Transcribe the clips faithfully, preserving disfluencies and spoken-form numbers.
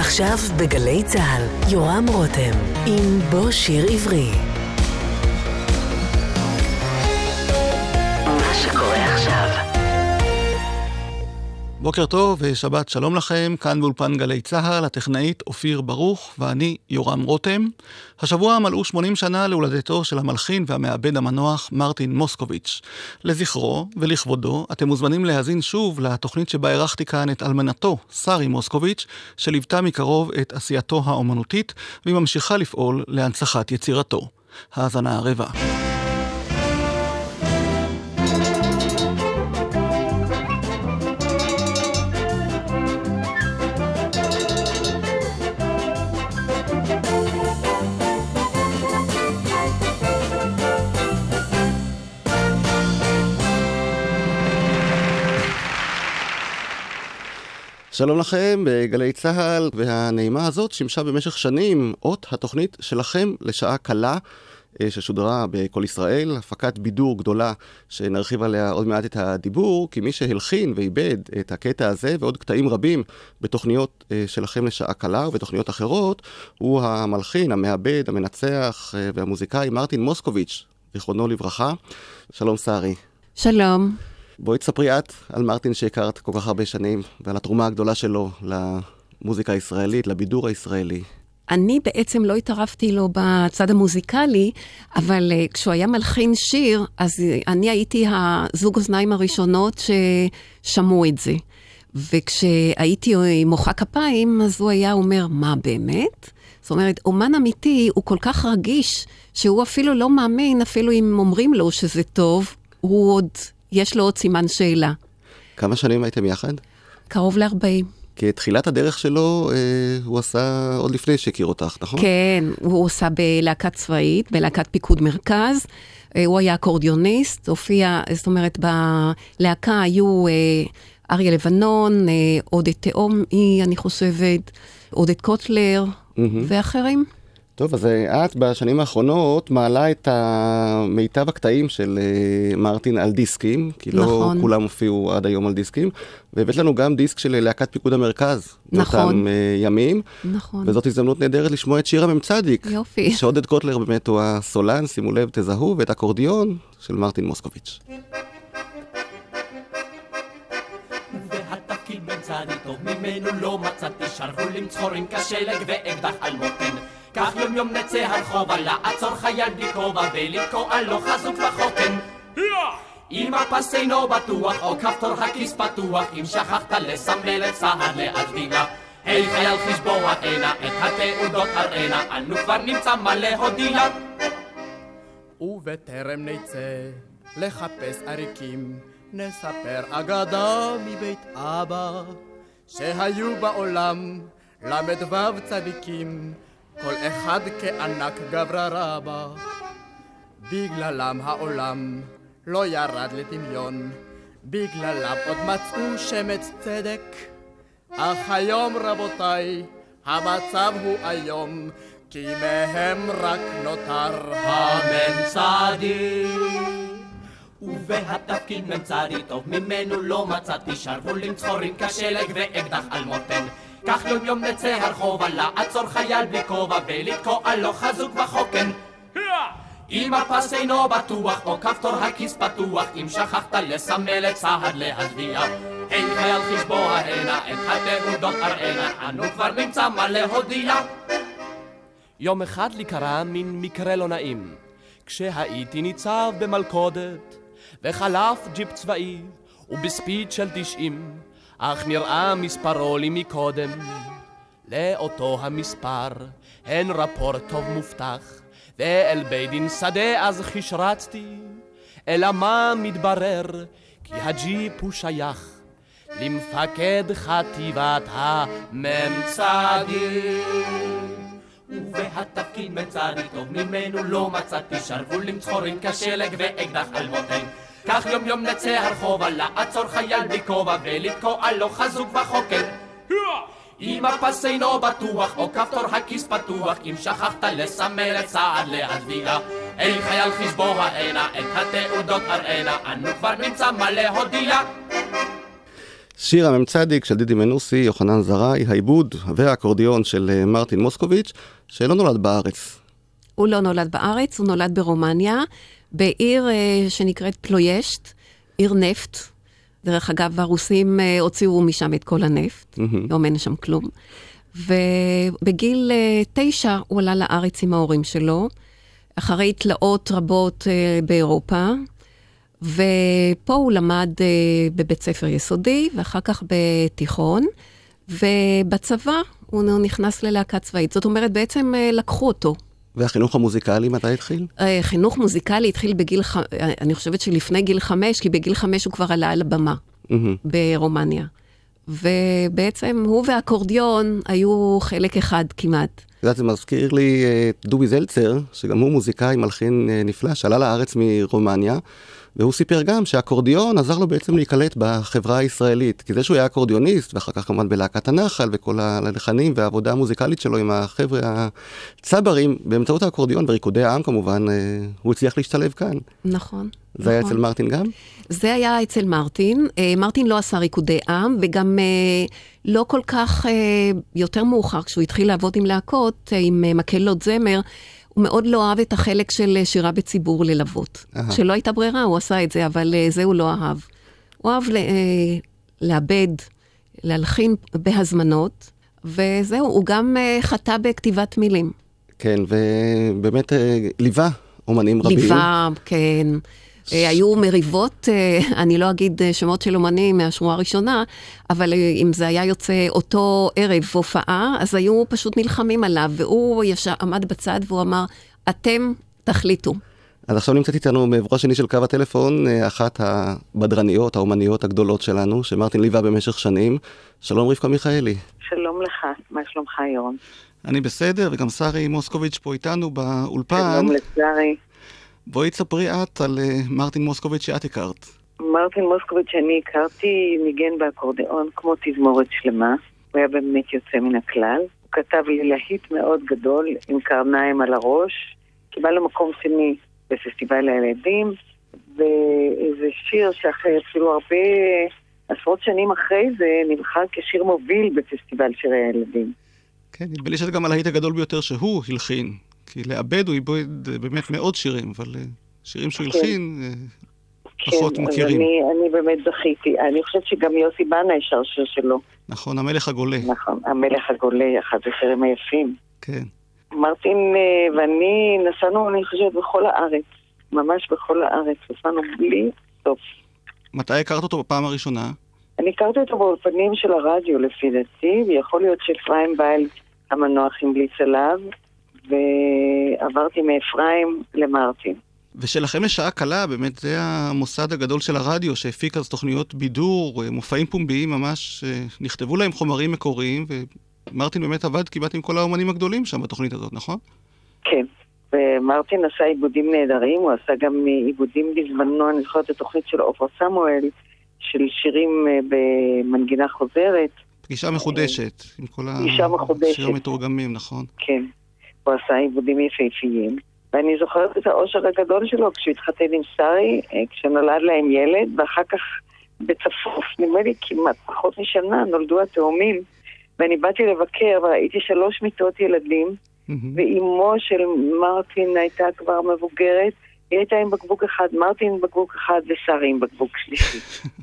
עכשיו בגלי צהל, יורם רותם, עם בו שיר עברי. מה שקורה עכשיו. בוקר טוב ושבת שלום לכם, כאן באולפן גלי צהל, הטכנאית אופיר ברוך ואני יורם רותם. השבוע מלאו שמונים שנה להולדתו של המלחין והמעבד המנוח מרטין מוסקוביץ'. לזכרו ולכבודו אתם מוזמנים להאזין שוב לתוכנית שבה ערכתי כאן את אלמנתו, שרי מוסקוביץ', שליוותה מקרוב את עשייתו האומנותית והיא ממשיכה לפעול להנצחת יצירתו. האזנה הרבה. שלום לכם בגלי צהל, והנעימה הזאת שימשה במשך שנים אות התוכנית שלכם לשעה קלה ששודרה בכל ישראל, הפקת בידור גדולה שנרחיב עליה עוד מעט את הדיבור, כי מי שהלחין ואיבד את הקטע הזה ועוד קטעים רבים בתוכניות שלכם לשעה קלה ובתוכניות אחרות, הוא המלחין, המעבד, המנצח והמוזיקאי מרטין מוסקוביץ', זיכרונו לברכה. שלום שרי. שלום. בואי תספרי את על מרטין שהכרת כל כך הרבה שנים, ועל התרומה הגדולה שלו למוזיקה הישראלית, לבידור הישראלי. אני בעצם לא התערבתי לו בצד המוזיקלי, אבל uh, כשהוא היה מלחין שיר, אז אני הייתי הזוג אוזניים הראשונות ששמעו את זה. וכשהייתי מוחא כפיים, אז הוא היה אומר, מה באמת? זאת אומרת, אומן אמיתי הוא כל כך רגיש, שהוא אפילו לא מאמין, אפילו אם אומרים לו שזה טוב, הוא עוד... יש לו עוד סימן שאלה. כמה שנים הייתם יחד? קרוב ל-ארבעים. כי תחילת הדרך שלו אה, הוא עשה עוד לפני שהכיר אותך, נכון? כן, הוא עושה בלהקת צבאית, בלהקת פיקוד מרכז. אה, הוא היה אקורדיוניסט, הופיע, זאת אומרת, בלהקה היו אה, אריה לבנון, אה, עודד תאומי, אני חושבת, עודד קוטלר mm-hmm. ואחרים. טוב, אז את בשנים האחרונות מעלה את המיטב הקטעים של מרטין על דיסקים, כי לא נכון. כולם הופיעו עד היום על דיסקים, והבאת לנו גם דיסק של להקת פיקוד המרכז, נכון. באותם ימים, נכון. וזאת הזדמנות נהדרת לשמוע את שיר הממצדיק, יופי. שעודד קוטלר באמת הוא הסולן, שימו לב, תזהו, ואת אקורדיון של מרטין מוסקוביץ'. והתפקיד מצדיק טוב ממנו לא מצאתי, שרוולים צחורים כשלג ואקדח על מותן. כך יום יום נצא הרחובה, לעצור חייל בלי כובע ולתקוע לו חזוק וחותן. אם הפס אינו בטוח או כפתור הכיס פתוח, אם שכחת לסמל את צה"ל להצדיע, היי חייל חשבוע הנה, את התעודות הראינה, אנו כבר נמצא מה להודיע. ובטרם נצא לחפש עריקים, נספר אגדה מבית אבא, שהיו בעולם למד וו צדיקים, כל אחד כענק גברה רבה. בגללם העולם לא ירד לדמיון, בגללם עוד מצאו שמץ צדק. אך היום רבותיי המצב הוא היום, כי מהם רק נותר הממצדיק. ובהתפקיד ממצדיק טוב ממנו לא מצאתי, שרוולים צחורים כשלג ואקדח על מותן. כך יום יום נצא הרחובה, לעצור חייל בלי כובע ולתקוע לו חזוק וחוקן. אם הפס אינו בטוח או כפתור הכיס פתוח, אם שכחת לסמל את צה"ל להצדיע, היי חייל חשבוע הנה, את התעודות הראינה, אנו כבר נמצא מה להודיע. יום אחד לי קרה מין מקרה לא נעים, כשהייתי ניצב במלכודת וחלף ג'יפ צבאי ובספיד של תשעים, אך נראה מספרו לי מקודם. לאותו המספר הן רפורט טוב מובטח, ואל בית דין שדה אז חשרצתי, אלא מה מתברר? כי הג'יפ הוא שייך למפקד חטיבת הממצדיק. ובהתפקיד מצדיק טוב ממנו לא מצאתי, שרוולים צחורים כשלג ואקדח על מותן. כך יום יום נצא הרחובה, לעצור חייל בלי כובע ולתקוע לו חזוק וחוקן. אם הפס אינו בטוח או כפתור הכיס פתוח, אם שכחת לסמל את צה"ל להצדיע, היי חייל חשבוע הנה, את התעודות הראינה, אנו כבר נמצא מה להודיע. שיר הממצדיק של דידי מנוסי, יוחנן זרעי, העיבוד והאקורדיון של מרטין מוסקוביץ', שלא נולד בארץ. הוא לא נולד בארץ, הוא נולד ברומניה, בעיר שנקראת פלוישט, עיר נפט. דרך אגב, הרוסים הוציאו משם את כל הנפט, לא אין שם כלום. ובגיל תשע הוא עלה לארץ עם ההורים שלו, אחרי תלאות רבות באירופה, ופה הוא למד בבית ספר יסודי, ואחר כך בתיכון, ובצבא הוא נכנס ללהקה צבאית. זאת אומרת, בעצם לקחו אותו. והחינוך המוזיקלי מתי התחיל? חינוך מוזיקלי התחיל בגיל, אני חושבת שלפני גיל חמש, כי בגיל חמש הוא כבר עלה על הבמה ברומניה. ובעצם הוא והאקורדיון היו חלק אחד כמעט. זה מזכיר לי את דובי זלצר, שגם הוא מוזיקאי מלחין נפלא, שעלה לארץ מרומניה, והוא סיפר גם שהאקורדיון עזר לו בעצם להיקלט בחברה הישראלית, כי זה שהוא היה אקורדיוניסט, ואחר כך כמובן בלהקת הנחל, וכל הלחנים והעבודה המוזיקלית שלו עם החבר'ה הצברים, באמצעות האקורדיון וריקודי העם כמובן, הוא הצליח להשתלב כאן. נכון. זה היה אצל מרטין גם? זה היה אצל מרטין. מרטין לא עשה ריקודי עם, וגם לא כל כך יותר מאוחר, כשהוא התחיל לעבוד עם להקות, עם מקהלות זמר, הוא מאוד לא אהב את החלק של שירה בציבור ללוות. שלא הייתה ברירה, הוא עשה את זה, אבל זה הוא לא אהב. הוא אהב לאבד, להלחין בהזמנות, וזהו, הוא גם חטא בכתיבת מילים. כן, ובאמת ליווה אומנים רבים. ליווה, כן. היו מריבות, אני לא אגיד שמות של אומנים מהשורה הראשונה, אבל אם זה היה יוצא אותו ערב הופעה, אז היו פשוט נלחמים עליו, והוא ישר עמד בצד והוא אמר, אתם תחליטו. אז עכשיו נמצאת איתנו מעברו השני של קו הטלפון, אחת הבדרניות, האומניות הגדולות שלנו, שמרטין ליווה במשך שנים. שלום רבקה מיכאלי. שלום לך, מה שלומך ירון? אני בסדר, וגם שרי מוסקוביץ' פה איתנו באולפן. שלום לשרי. בואי תספרי את על uh, מרטין מוסקוביץ' שאת הכרת. מרטין מוסקוביץ' שאני הכרתי ניגן באקורדיאון כמו תזמורת שלמה. הוא היה באמת יוצא מן הכלל. הוא כתב לי להיט מאוד גדול עם קרניים על הראש. קיבל לו מקום שני בפסטיבל הילדים. ואיזה שיר שאחרי אפילו הרבה עשרות שנים אחרי זה נבחר כשיר מוביל בפסטיבל שירי הילדים. כן, נדמה לי שזה גם הלהיט הגדול ביותר שהוא הלחין. כי לאבד הוא איבד באמת מאות שירים, אבל שירים שהוא הלחין פחות מכירים. כן, אני באמת זכיתי. אני חושבת שגם יוסי בנה ישר שיר שלו. נכון, המלך הגולה. נכון, המלך הגולה, אחד השירים היפים. כן. מרטין ואני נסענו, אני חושבת, בכל הארץ. ממש בכל הארץ. נסענו בלי סוף. מתי הכרת אותו בפעם הראשונה? אני הכרתי אותו באולפנים של הרדיו, לפי דעתי, ויכול להיות שאפרים בייל המנוח המליץ עליו. ועברתי מאפרים למרטין. ושלכם לשעה קלה, באמת זה המוסד הגדול של הרדיו, שהפיק אז תוכניות בידור, מופעים פומביים ממש, נכתבו להם חומרים מקוריים, ומרטין באמת עבד כמעט עם כל האומנים הגדולים שם בתוכנית הזאת, נכון? כן, ומרטין עשה עיבודים נהדרים, הוא עשה גם עיבודים בזמנו, אני זוכרת את התוכנית של עופרה סמואל, של שירים במנגינה חוזרת. פגישה מחודשת, עם כל השירים המתורגמים, נכון? כן. הוא עשה עיבודים יפהפיים, ואני זוכרת את האושר הגדול שלו כשהוא התחתן עם שרי, כשנולד להם ילד, ואחר כך בצפוף, נדמה לי כמעט פחות משנה, נולדו התאומים, ואני באתי לבקר וראיתי שלוש מיטות ילדים, ואימו של מרטין הייתה כבר מבוגרת, היא הייתה עם בקבוק אחד, מרטין עם בקבוק אחד ושרי עם בקבוק שלישי.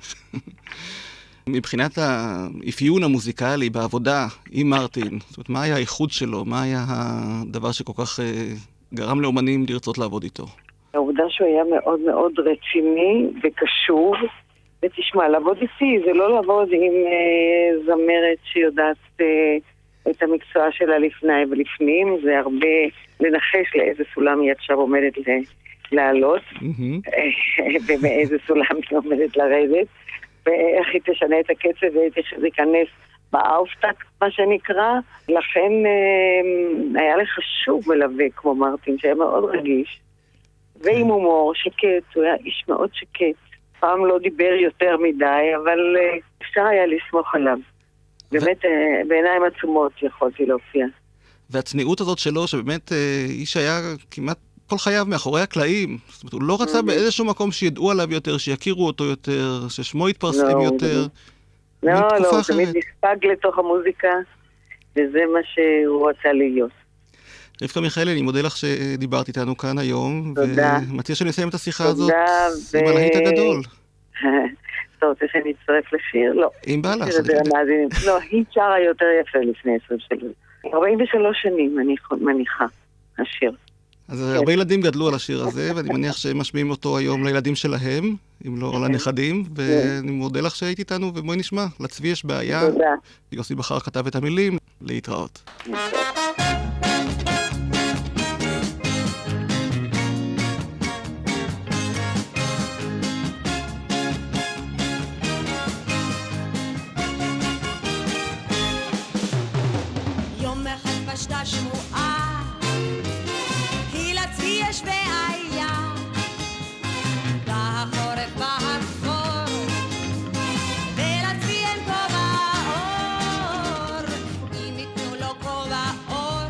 מבחינת האפיון המוזיקלי בעבודה עם מרטין, זאת אומרת, מה היה האיחוד שלו? מה היה הדבר שכל כך גרם לאומנים לרצות לעבוד איתו? העובדה שהוא היה מאוד מאוד רציני וקשוב, ותשמע, לעבוד איתי זה לא לעבוד עם uh, זמרת שיודעת uh, את המקצוע שלה לפני ולפנים, זה הרבה לנחש לאיזה סולם היא עכשיו עומדת לעלות, ובאיזה סולם היא עומדת לרדת. ואיך היא תשנה את הקצב ואיך זה ייכנס באופטק, מה שנקרא. לכן היה לי חשוב מלווה כמו מרטין, שהיה מאוד רגיש, ועם הומור, שקט, הוא היה איש מאוד שקט. פעם לא דיבר יותר מדי, אבל אפשר היה לסמוך עליו. באמת, בעיניים עצומות יכולתי להופיע. והצניעות הזאת שלו, שבאמת איש היה כמעט כל חייו מאחורי הקלעים. זאת אומרת, הוא לא רצה באיזשהו מקום שידעו עליו יותר, שיכירו אותו יותר, ששמו יתפרסם יותר. לא, מתקופה לא, הוא אחרת. תמיד נספג לתוך המוזיקה, וזה מה שהוא רצה להיות. רבקה מיכאלי, אני מודה לך שדיברת איתנו כאן היום. תודה. ומציע שנסיים את השיחה הזאת תודה, עם הלהיט הגדול. אתה רוצה שאני אצטרף לשיר? לא. אם בא לך. לא, היא שרה יותר יפה לפני עשרים שנים. ארבעים ושלוש שנים, אני מניחה, השיר. אז הרבה ילדים גדלו על השיר הזה, ואני מניח שהם משמיעים אותו היום לילדים שלהם, אם לא לנכדים, ואני מודה לך שהיית איתנו, ובואי נשמע, לצבי יש בעיה. תודה. יוסי בחר כתב את המילים, להתראות. יום אחד פשטה שמועה, כי לצבי יש בעיה, בחורף בהחור, ולצבי אין כובע אור, אם ייתנו לו כובע אור,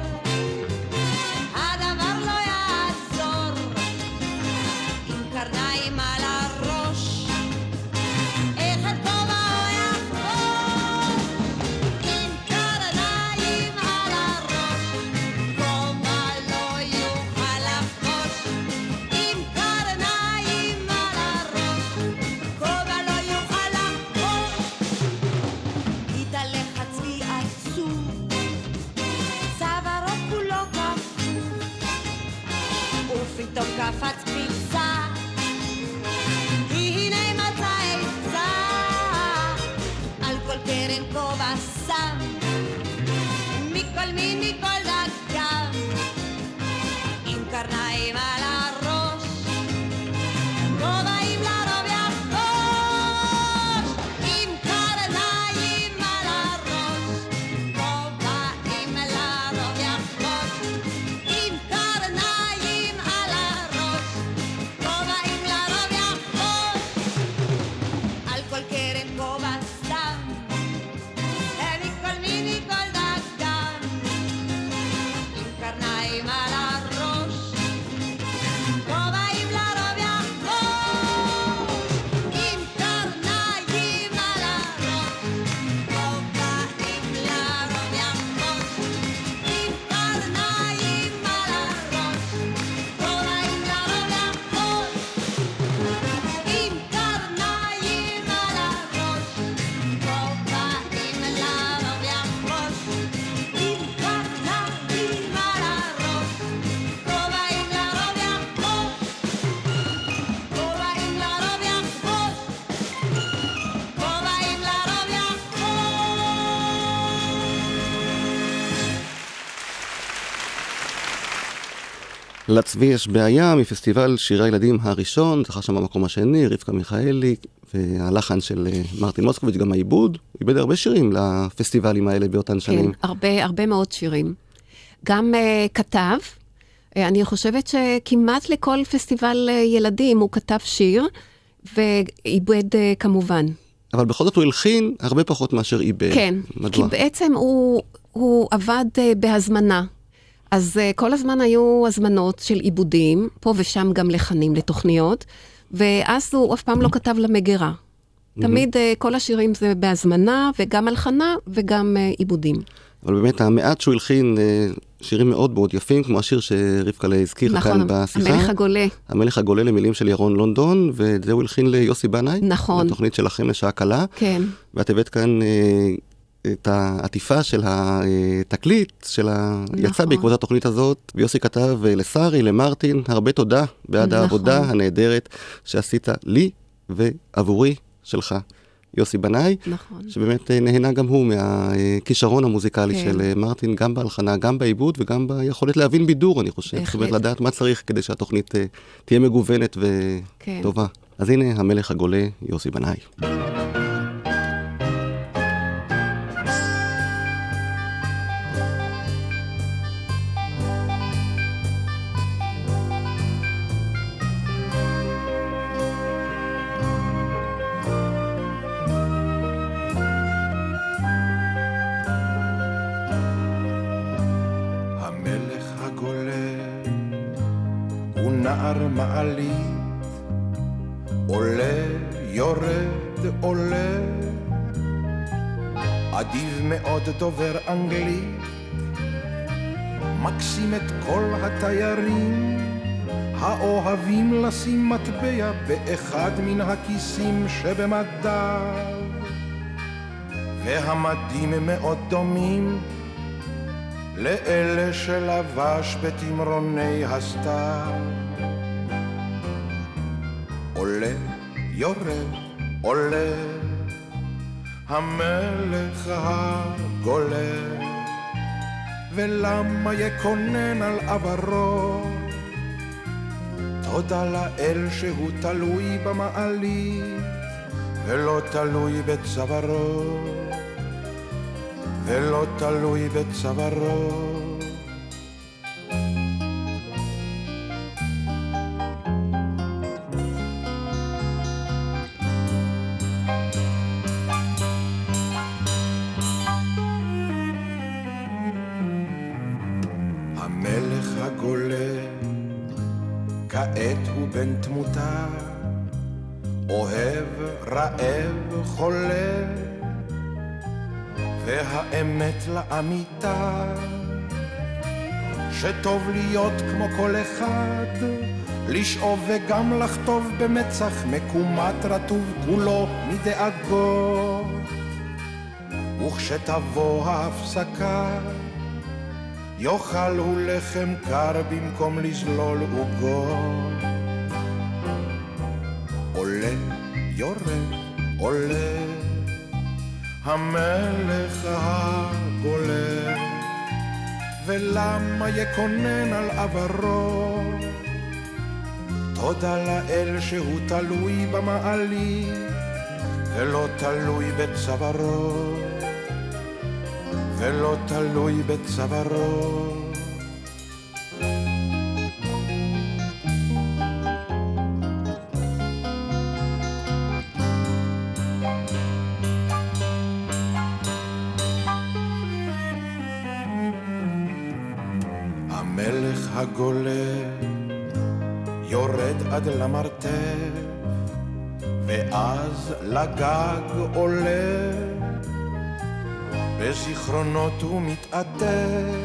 הדבר לא יעזור, עם קרניים על הראש, איך את כובע הוא יחבור, עם קרניים על הראש, כובע לא יוכל לחבוש, עם קרניים על הראש, כובע לא יוכל לחבוש. התהלך הצבי עצוב, צווארו כולו כפוף, ופתאום קפץ קפיצה, כי הנה מצא עצה, על כל קרן כובע שם, מכל מין מכל דגם, עם קרניים על הראש, כובעים לרוב יחבוש, עם קרניים על הראש, כובעים לרוב יחבוש, עם קרניים על הראש, כובעים לרוב יחבוש, על כל קרן כובע סתם, ומכל מין מכל דגם, עם קרניים על הראש, כובעים לרוב יחבוש, עם קרניים על הראש, כובעים לרוב יחבוש, עם קרניים על הראש, כובעים לרוב יחבוש, עם קרניים על הראש, כובעים לרוב יחבוש, עם קרניים על הראש, כובעים לרוב יחבוש, כובעים לרוב יחבוש, כובעים לרוב יחבוש. לצבי יש בעיה מפסטיבל שירי הילדים הראשון, זכה שם במקום השני, רבקה מיכאלי, והלחן של אה, מרטין מוסקוביץ', גם העיבוד, הוא איבד הרבה שירים לפסטיבלים האלה באותן כן, שנים. הרבה, הרבה מאוד שירים. גם uh, כתב, uh, אני חושבת שכמעט לכל פסטיבל uh, ילדים הוא כתב שיר, ועיבד uh, כמובן. אבל בכל זאת הוא הלחין הרבה פחות מאשר איבד. כן, מדוע? כי בעצם הוא, הוא עבד uh, בהזמנה. אז uh, כל הזמן היו הזמנות של עיבודים, פה ושם גם לחנים לתוכניות, ואז הוא אף פעם לא כתב למגירה. תמיד uh, כל השירים זה בהזמנה, וגם הלחנה, וגם uh, עיבודים. אבל באמת המעט שהוא הלחין אה, שירים מאוד מאוד יפים, כמו השיר שרבקה הזכירה נכון, כאן בשיחה. המלך הגולה. המלך הגולה למילים של ירון לונדון, ואת זה הוא הלחין ליוסי בנאי. נכון. בתוכנית שלכם לשעה קלה. כן. ואת הבאת כאן אה, את העטיפה של התקליט, של ה... נכון. יצא בעקבות התוכנית הזאת, ויוסי כתב לשרי, למרטין, הרבה תודה בעד נכון. העבודה הנהדרת שעשית לי ועבורי שלך. יוסי בנאי, נכון. שבאמת נהנה גם הוא מהכישרון המוזיקלי כן. של מרטין, גם בהלחנה, גם בעיבוד וגם ביכולת להבין בידור, אני חושב. זאת אומרת, לדעת מה צריך כדי שהתוכנית תהיה מגוונת וטובה. כן. אז הנה המלך הגולה, יוסי בנאי. נער מעלית, עולה, עולה, אדיב מאוד דובר אנגלית, מקסים את כל התיירים האוהבים לשים מטבע באחד מן הכיסים שבמדיו, והמדים מאוד דומים לאלה שלבש בתמרוני הסתיו. עולה, יורד, עולה המלך הגולה, ולמה יקונן על עברו? תודה לאל שהוא תלוי במעלית ולא תלוי בצווארו, ולא תלוי בצווארו. המלך הגולה כעת הוא בן תמותה, אוהב, רעב, חולה, והאמת לאמיתה שטוב להיות כמו כל אחד, לשאוב וגם לחטוב במצח מקומת רטוב כולו מדאגות, וכשתבוא ההפסקה יאכל הוא לחם קר במקום לזלול עוגות. עולה, יורד, עולה המלך הגולה, ולמה יקונן על עברו? תודה לאל שהוא תלוי במעלית ולא תלוי בצווארו, ולא תלוי בצווארו. המלך הגולה יורד עד למרתף, ואז לגג עולה, בזיכרונות הוא מתעטף,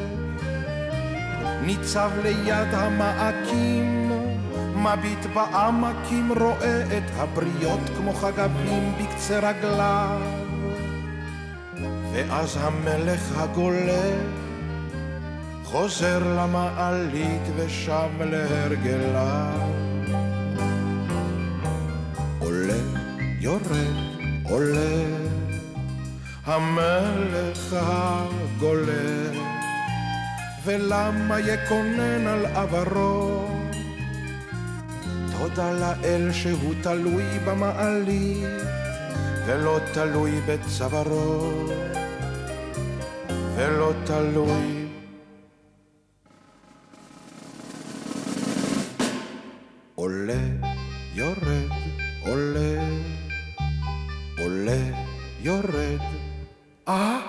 ניצב ליד המעקים, מביט בעמקים, רואה את הבריות כמו חגבים בקצה רגליו, ואז המלך הגולה חוזר למעלית ושם להרגליו. עולה, יורד, עולה המלך הגולה, ולמה יקונן על עברו? תודה לאל שהוא תלוי במעלית ולא תלוי בצווארו, ולא תלוי. עולה, יורד, עולה, עולה, יורד. אה?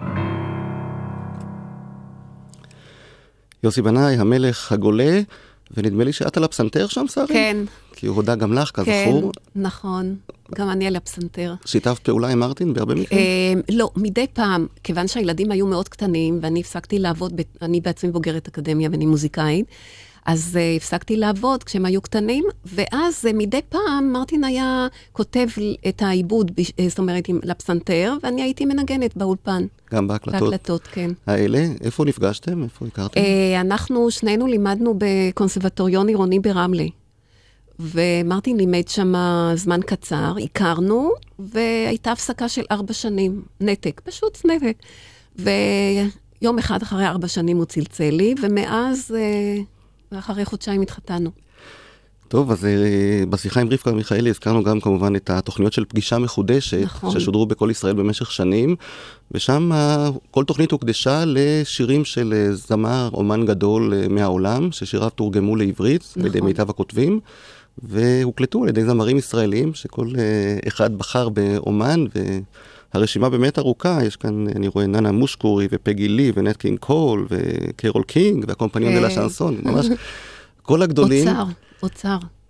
יוסי בנאי, המלך הגולה, ונדמה לי שאת על הפסנתר שם, שרי? כן. כי הוא הודה גם לך, כזכור. כן, נכון. גם אני על הפסנתר. שיתפת פעולה עם מרטין בהרבה מקרים? לא, מדי פעם, כיוון שהילדים היו מאוד קטנים, ואני הפסקתי לעבוד, אני בעצמי בוגרת אקדמיה ואני מוזיקאית, אז uh, הפסקתי לעבוד כשהם היו קטנים, ואז uh, מדי פעם מרטין היה כותב את העיבוד, uh, זאת אומרת, לפסנתר, ואני הייתי מנגנת באולפן. גם בהקלטות? בהקלטות, כן. האלה, איפה נפגשתם? איפה הכרתם? Uh, אנחנו שנינו לימדנו בקונסרבטוריון עירוני ברמלה, ומרטין לימד שם זמן קצר, הכרנו, והייתה הפסקה של ארבע שנים, נתק, פשוט נתק. ויום אחד אחרי ארבע שנים הוא צלצל לי, ומאז... Uh, ואחרי חודשיים התחתנו. טוב, אז בשיחה עם רבקה מיכאלי הזכרנו גם כמובן את התוכניות של פגישה מחודשת, נכון. ששודרו בכל ישראל במשך שנים, ושם כל תוכנית הוקדשה לשירים של זמר, אומן גדול מהעולם, ששיריו תורגמו לעברית, נכון. על ידי מיטב הכותבים, והוקלטו על ידי זמרים ישראלים, שכל אחד בחר באומן, והרשימה באמת ארוכה, יש כאן, אני רואה, ננה מושקורי, ופגי לי, ונט קינג קול, וקרול קינג, והקומפניון דה לה שאנסון, ממש כל הגדולים. אוצר, אוצר.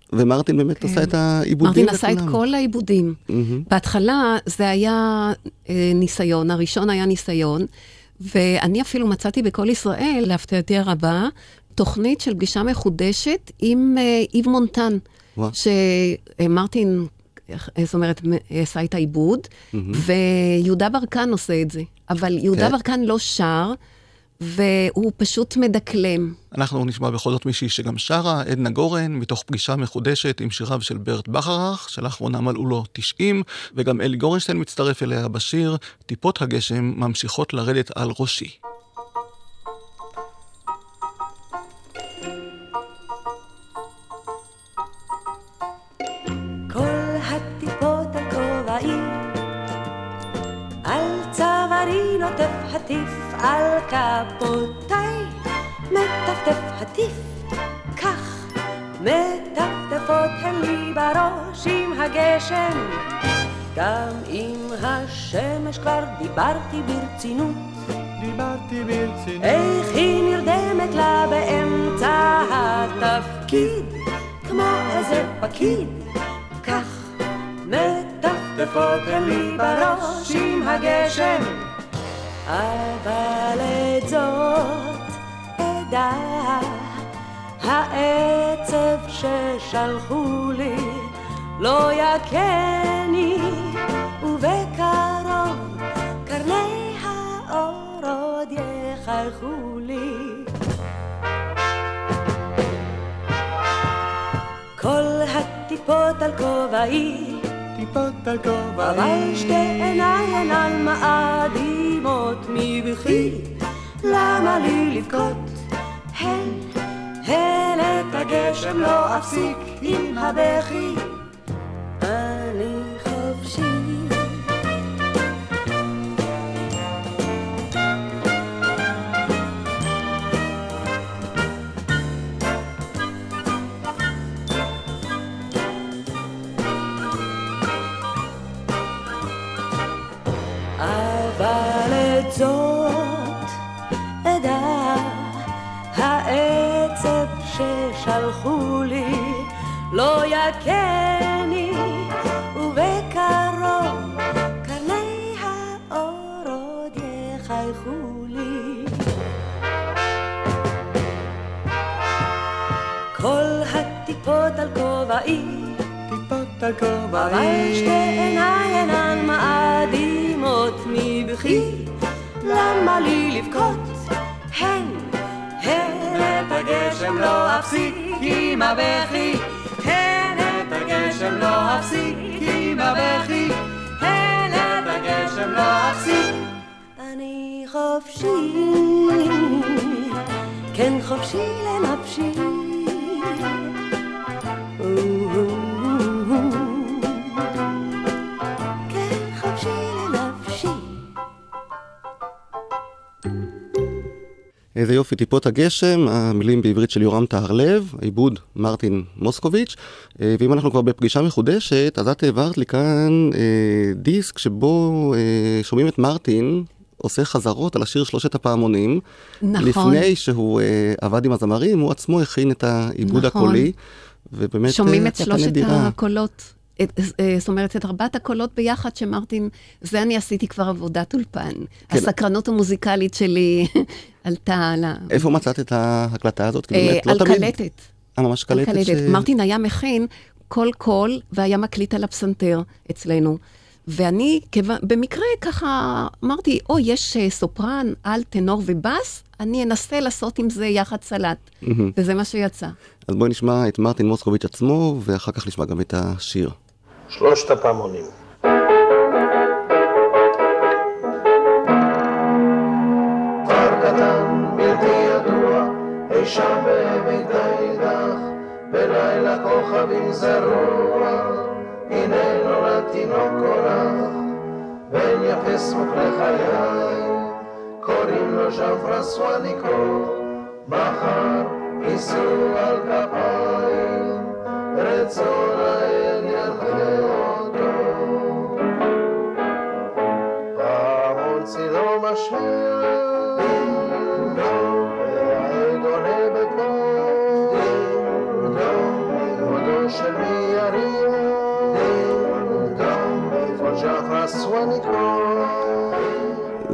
ומרטין באמת עשה את העיבודים מרטין עשה את כל העיבודים. בהתחלה זה היה אה, ניסיון, הראשון היה ניסיון, ואני אפילו מצאתי בכל ישראל, להפתעתי הרבה, תוכנית של פגישה מחודשת עם אה, איב מונטן, וואו. שמרטין, זאת אומרת, עשה את העיבוד, ויהודה ברקן עושה את זה. אבל יהודה כן. ברקן לא שר, והוא פשוט מדקלם. אנחנו נשמע בכל זאת מישהי שגם שרה, עדנה גורן, מתוך פגישה מחודשת עם שיריו של ברט בכרך, שלאחרונה מלאו לו תשעים, וגם אלי גורנשטיין מצטרף אליה בשיר, טיפות הגשם ממשיכות לרדת על ראשי. כל הטיפות על כובעי, על צווארי נוטף הטיף, על כפותיי מטפטף הטיף, כך מטפטפות הן לי בראש עם הגשם. גם עם השמש כבר דיברתי ברצינות, דיברתי ברצינות. איך היא נרדמת לה באמצע התפקיד, כמו איזה פקיד, כך מטפטפות הן לי בראש עם הגשם. אבל את זאת אדע, העצב ששלחו לי לא יקני, ובקרוב קרני האור עוד יחייכו לי. כל הטיפות על כובעי, טיפות על כובעי, אבל שתי עיניי אינן מאדימות מבכי, למה לי לבכות? הן, הן את הגשם לא אפסיק עם הבכי, אני חופשי. אבל את זאת אדע, העצב ששלחו לי לא יקני, ובקרוב קרני האור עוד יחייכו לי. כל הטיפות על כובעי, טיפות על כובעי, אבל שתי עיניי אינן מאדימות מבכי, למה לי לבכות? הן, הן את הגשם לא אפסיק עם הבכי, הן את הגשם לא אפסיק עם הבכי, הן את הגשם לא אפסיק. אני חופשי, כן חופשי לנפשי. איזה יופי, טיפות הגשם, המילים בעברית של יורם טהרלב, העיבוד מרטין מוסקוביץ'. ואם אנחנו כבר בפגישה מחודשת, אז את העברת לי כאן אה, דיסק שבו אה, שומעים את מרטין עושה חזרות על השיר שלושת הפעמונים. נכון. לפני שהוא אה, עבד עם הזמרים, הוא עצמו הכין את העיבוד נכון. הקולי. ובאמת שומעים את הצלחה שלושת נדירה. הקולות. את, זאת אומרת, את ארבעת הקולות ביחד שמרטין, זה אני עשיתי כבר עבודת אולפן. כן. הסקרנות המוזיקלית שלי עלתה על ה... איפה מצאת את ההקלטה הזאת? כי אה, באמת, לא על תמיד. קלטת. אה, ממש על קלטת. קלטת. ש... מרטין היה מכין כל קול, והיה מקליט על הפסנתר אצלנו. ואני כב... במקרה ככה אמרתי, או, יש uh, סופרן, על, טנור ובס, אני אנסה לעשות עם זה יחד סלט. וזה מה שיצא. אז בואי נשמע את מרטין מוסקוביץ' עצמו, ואחר כך נשמע גם את השיר. שלושת הפעמונים. כפר קטן בלתי ידוע, אי שם בעמק דיידך, בלילה כוכבים זרוע, הנה נולד תינוק הולך, בן יפה סמוך לחיי, קוראים לו ז'אן פרנסואה ניקו, מחר ייסעו על כפיים, רצון האל ינחה אותו. ההון צילו משמיע, דין דום, והעד עונה בקול, דין דום, לכבודו של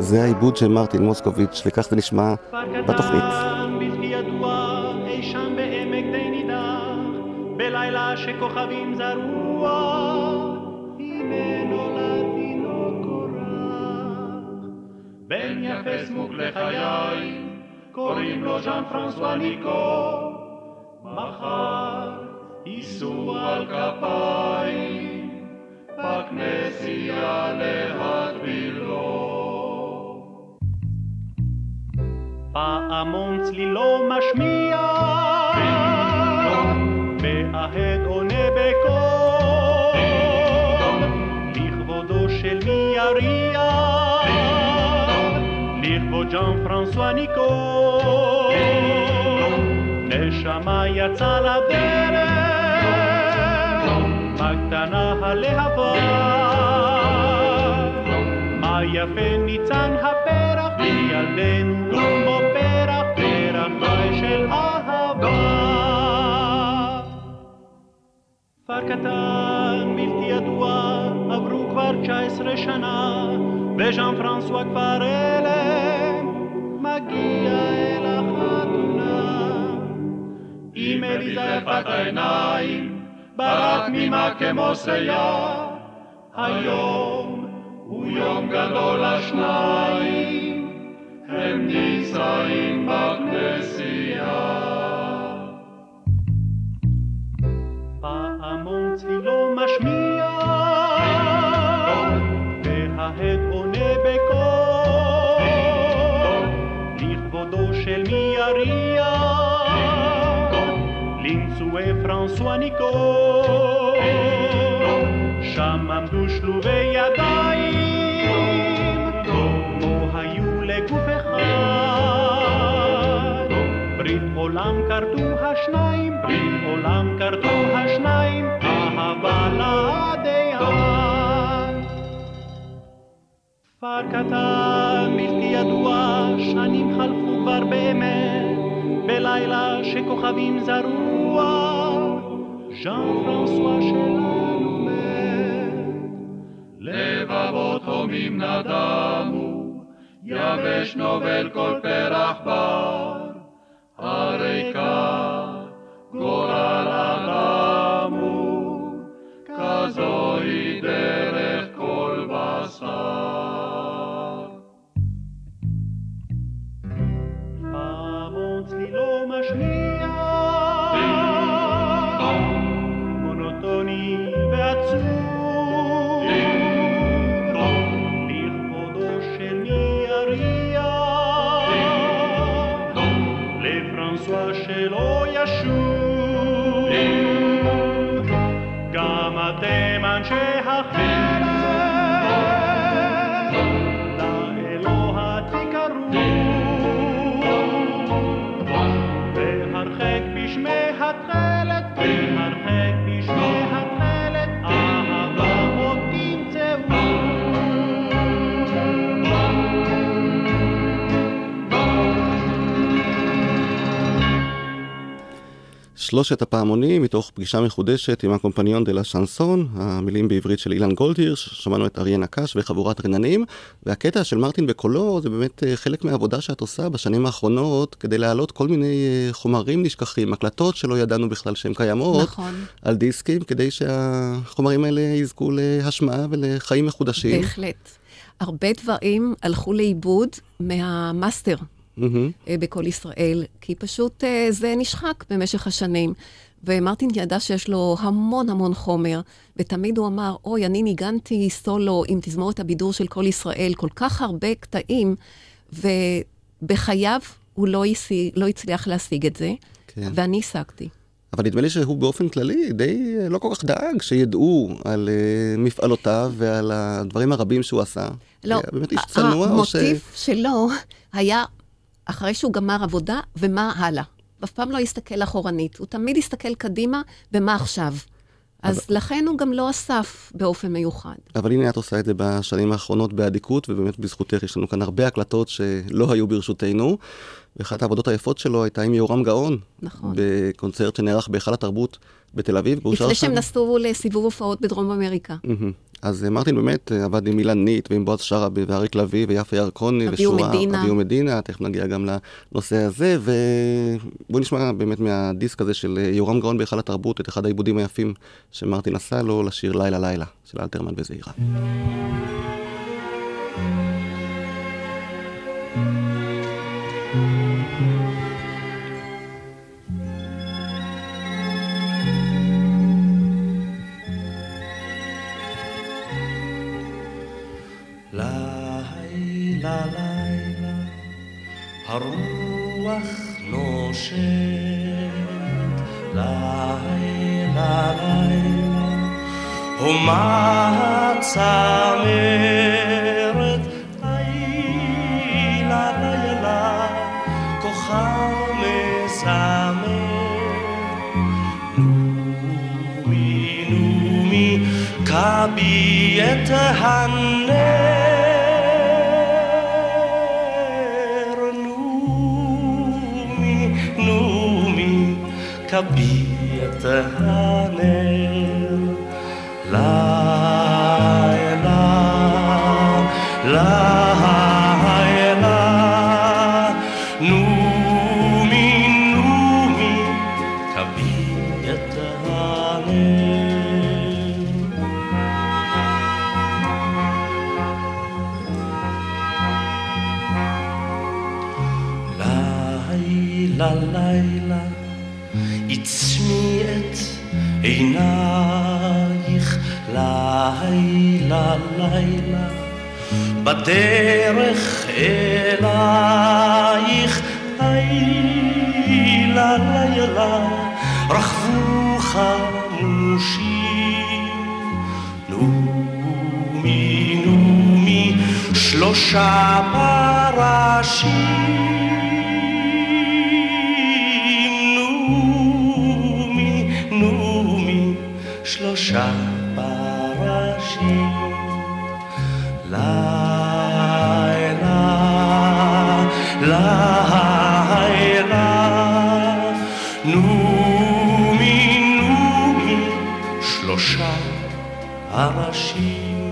זה העיבוד של מרטין מוסקוביץ', וכך זה נשמע בתוכנית. בלתי ידוע אי שם בעמק די נידח, בלילה שכוכבים זרוע, הנה נולד תינוק קורח. בן יפה סמוק לחיי, קוראים לו ז'אן פרנסואה ניקו, מחר ייסעו על כפיים, בכנסייה להטביל לו. פעמון צלילו משמיע, בהד עונה בקול, לכבודו של מי יריע, לכבוד ז'אן פרנסואה ניקו. נשמה יצא לדרך, בקטנה הלהבה, מה יפה ניצן הפרח, ילדנו כמו פרח, פרח חי של אהבה. כפר קטן בלתי ידוע, עברו כבר תשע עשרה שנה, וז'אן פרנסואה כבר אלם, מגיע אל החתונה. עם אליזה יפת העיניים, ברת תמימה כמו סייע, היום הוא יום גדול לשניים, הם נישאים בכנסייה. פעמון צלילו משמיע, וההד עונה בקול, לכבודו של מי יריע, לנשואי פרנסואה ניקו. שם עמדו שלובי ידיים, כמו היו לגוף אחד. ברית עולם כרתו השניים, ברית עולם כרתו השניים, אהבה לעדי עד. כפר קטן בלתי ידוע, שנים חלפו כבר באמת, בלילה שכוכבים זרוע, ז'אן פרנסואה שלנו מת. לבבות הומים נדמו, יבש נובל כל פרח בר, הריקה גורל אדמו, כזוהי דרך כל בשר. פעמון צלילו משמיע, מונוטוני ועצוב, לכבודו של מי יריע, לפרנסואה שלא ישוב. גם אתם אנשי החלק, לאלוה תקראו, והרחק בשמי התכלת, והרחק בשמי התכלת, אהבה עוד תמצאו. שלושת הפעמונים מתוך פגישה מחודשת עם הקומפניון דה לה שנסון, המילים בעברית של אילן גולדהירש, שמענו את אריה נקש וחבורת רננים, והקטע של מרטין בקולו זה באמת חלק מהעבודה שאת עושה בשנים האחרונות, כדי להעלות כל מיני חומרים נשכחים, הקלטות שלא ידענו בכלל שהן קיימות, נכון. על דיסקים, כדי שהחומרים האלה יזכו להשמעה ולחיים מחודשים. בהחלט. הרבה דברים הלכו לאיבוד מהמאסטר. Mm-hmm. בכל ישראל, כי פשוט זה נשחק במשך השנים. ומרטין ידע שיש לו המון המון חומר, ותמיד הוא אמר, אוי, אני ניגנתי סולו עם תזמורת הבידור של כל ישראל, כל כך הרבה קטעים, ובחייו הוא לא, ישיג, לא הצליח להשיג את זה, כן. ואני השגתי. אבל נדמה לי שהוא באופן כללי די לא כל כך דאג שידעו על uh, מפעלותיו ועל הדברים הרבים שהוא עשה. לא, באמת איש צנוע, המוטיף ש... שלו היה אחרי שהוא גמר עבודה ומה הלאה. אף פעם לא הסתכל אחורנית, הוא תמיד הסתכל קדימה ומה עכשיו. אז אבל... לכן הוא גם לא אסף באופן מיוחד. אבל הנה את עושה את זה בשנים האחרונות בעדיקות, ובאמת בזכותך יש לנו כאן הרבה הקלטות שלא היו ברשותנו. ואחת העבודות היפות שלו הייתה עם יורם גאון, נכון. בקונצרט שנערך בהיכל התרבות בתל אביב. לפני שהם נסעו לסיבוב הופעות בדרום אמריקה. אז מרטין באמת עבד עם אילן ניט ועם בועז שרעבי ואריק לביא ויפה ירקוני ושורה, אביהו מדינה, תכף נגיע גם לנושא הזה, ובואו נשמע באמת מהדיסק הזה של יורם גאון בהיכל התרבות, את אחד העיבודים היפים שמרטין עשה לו לשיר לילה לילה של אלתרמן וזעירה. לילה לילה הרוח נושבת, לילה לילה הומה צמרת, לילה לילה כוכב מזמר, נומי נומי כבי את הנר, כבי את הנר, לילה, לילה, נומי, נומי, כבי את הנר. לילה, לילה, עצמי את עינייך, לילה לילה בדרך אלייך, לילה לילה רכבו חמושים, נומי נומי שלושה פרשים, שלושה פרשים, לילה, לילה, נומי, נומי, שלושה פרשים.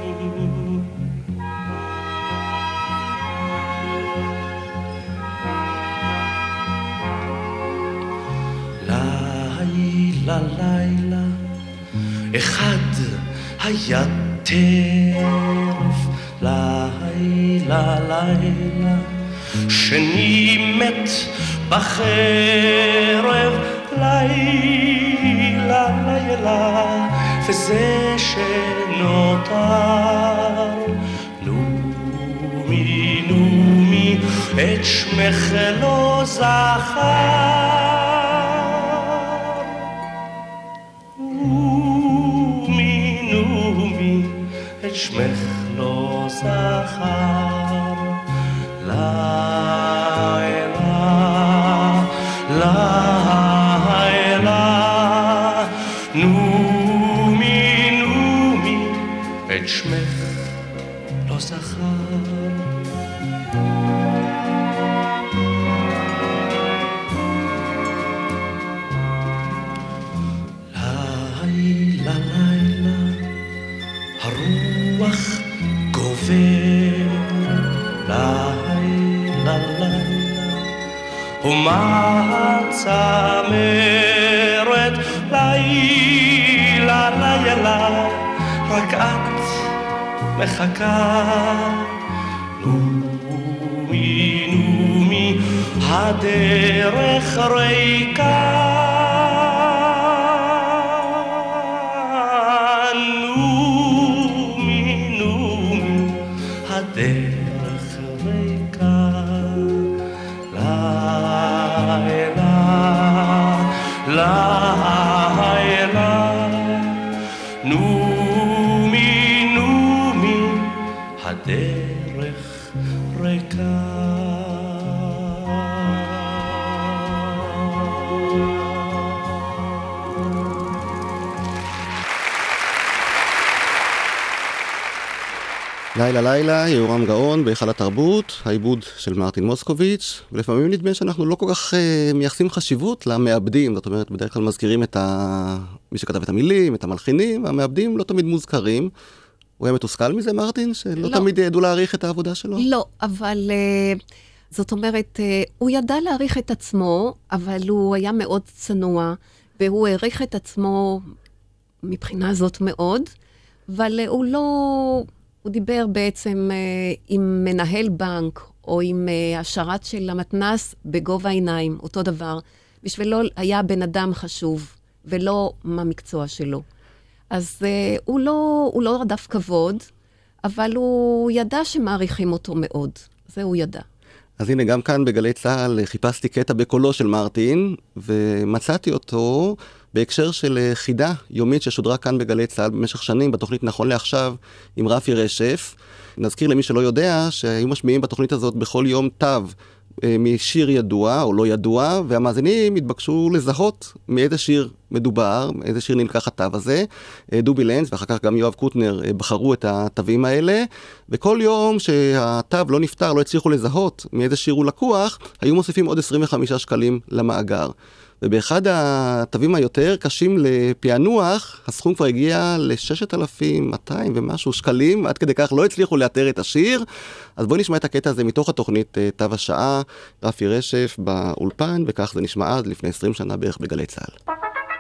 לילה, לילה, אחד היה טרף, לילה לילה, שני מת בחרב, לילה לילה, וזה שנותר, נומי נומי, את שמך לא זכר, את שמך לא זכר, לילה, לילה, נומי, נומי, את שמך לא זכר. לילה, לילה, הרוח גובר, לילה לילה, ומה צמרת, לילה לילה, רק את מחכה, נומי נומי, הדרך ריקה, הדרך ריקה, לילה, לילה, נומי, נומי, הדרך ריקה. לילה לילה, יורם גאון בהיכל התרבות, העיבוד של מרטין מוסקוביץ', ולפעמים נדמה שאנחנו לא כל כך uh, מייחסים חשיבות למעבדים, זאת אומרת, בדרך כלל מזכירים את ה... מי שכתב את המילים, את המלחינים, והמעבדים לא תמיד מוזכרים. הוא היה מתוסכל מזה, מרטין, שלא לא. תמיד ידעו להעריך את העבודה שלו? לא, אבל uh, זאת אומרת, uh, הוא ידע להעריך את עצמו, אבל הוא היה מאוד צנוע, והוא העריך את עצמו מבחינה זאת מאוד, אבל uh, הוא לא... הוא דיבר בעצם אה, עם מנהל בנק, או עם אה, השרת של המתנס בגובה העיניים, אותו דבר. בשבילו היה בן אדם חשוב, ולא מה מקצוע שלו. אז אה, הוא, לא, הוא לא רדף כבוד, אבל הוא ידע שמעריכים אותו מאוד. זה הוא ידע. אז הנה, גם כאן בגלי צהל חיפשתי קטע בקולו של מרטין, ומצאתי אותו בהקשר של חידה יומית ששודרה כאן בגלי צהל במשך שנים, בתוכנית נכון לעכשיו, עם רפי רשף. נזכיר למי שלא יודע, שהיו משמיעים בתוכנית הזאת בכל יום תו משיר ידוע או לא ידוע, והמאזינים התבקשו לזהות מאיזה שיר מדובר, מאיזה שיר נלקח התו הזה. דובי לנץ ואחר כך גם יואב קוטנר בחרו את התווים האלה, וכל יום שהתו לא נפטר, לא הצליחו לזהות מאיזה שיר הוא לקוח, היו מוסיפים עוד עשרים וחמישה שקלים למאגר. ובאחד התווים היותר קשים לפענוח, הסכום כבר הגיע ל-ששת אלפים מאתיים ומשהו שקלים, עד כדי כך לא הצליחו לאתר את השיר. אז בואו נשמע את הקטע הזה מתוך התוכנית תו השעה, רפי רשף באולפן, וכך זה נשמע עד לפני עשרים שנה בערך בגלי צהל.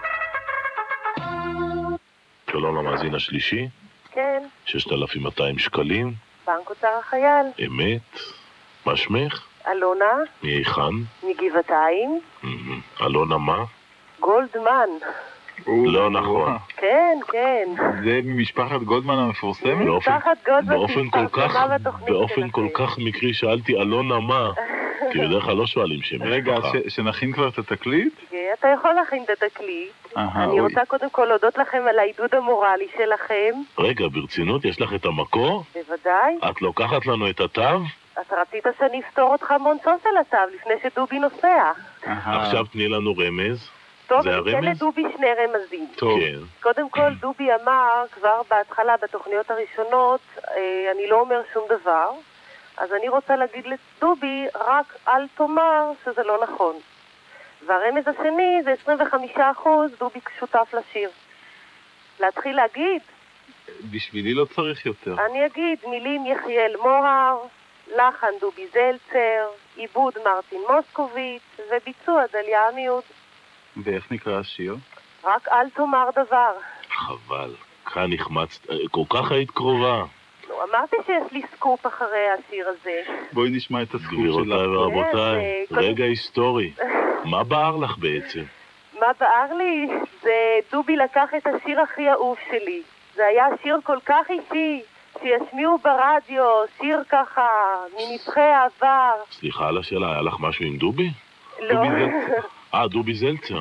שלום למאזין השלישי. כן, ששת אלפים מאתיים שקלים. בנק אוצר החייל. אמת. מה שמך? אלונה. מהיכן? מגבעתיים. אלונה מה? גולדמן. לא נכון. כן, כן. זה ממשפחת גולדמן המפורסמת? משפחת גולדמן באופן כל כך, באופן כל כך מקרי שאלתי אלונה מה? כי בדרך כלל לא שואלים שם. רגע, שנכין כבר את התקליט? אתה יכול להכין את התקליט. אני רוצה קודם כל להודות לכם על העידוד המורלי שלכם. רגע, ברצינות, יש לך את המקור? בוודאי. את לוקחת לנו את התו? אתה רצית שאני אפתור אותך מונצו של התו לפני שדובי נוסע. עכשיו תני לנו רמז. טוב, אני אתן לדובי שני רמזים. טוב. קודם כל, דובי אמר כבר בהתחלה בתוכניות הראשונות, אני לא אומר שום דבר, אז אני רוצה להגיד לדובי, רק אל תאמר שזה לא נכון. והרמז השני זה עשרים וחמישה אחוז דובי שותף לשיר. להתחיל להגיד? בשבילי לא צריך יותר. אני אגיד מילים יחיאל מוהר, לחן דובי זלצר, עיבוד מרטין מוסקוביץ וביצוע דליה עמיוד. ואיך נקרא השיר? רק אל תאמר דבר. חבל, כאן נחמצת, כל כך היית קרובה. נו, אמרתי שיש לי סקופ אחרי השיר הזה. בואי נשמע את הסקופ שלך. גבירותיי ורבותיי, רגע היסטורי. מה בער לך בעצם? מה בער לי? זה דובי לקח את השיר הכי אהוב שלי. זה היה שיר כל כך אישי, שישמיעו ברדיו, שיר ככה, מנצחי העבר. סליחה על השאלה, היה לך משהו עם דובי? לא. אה, דובי זלצר.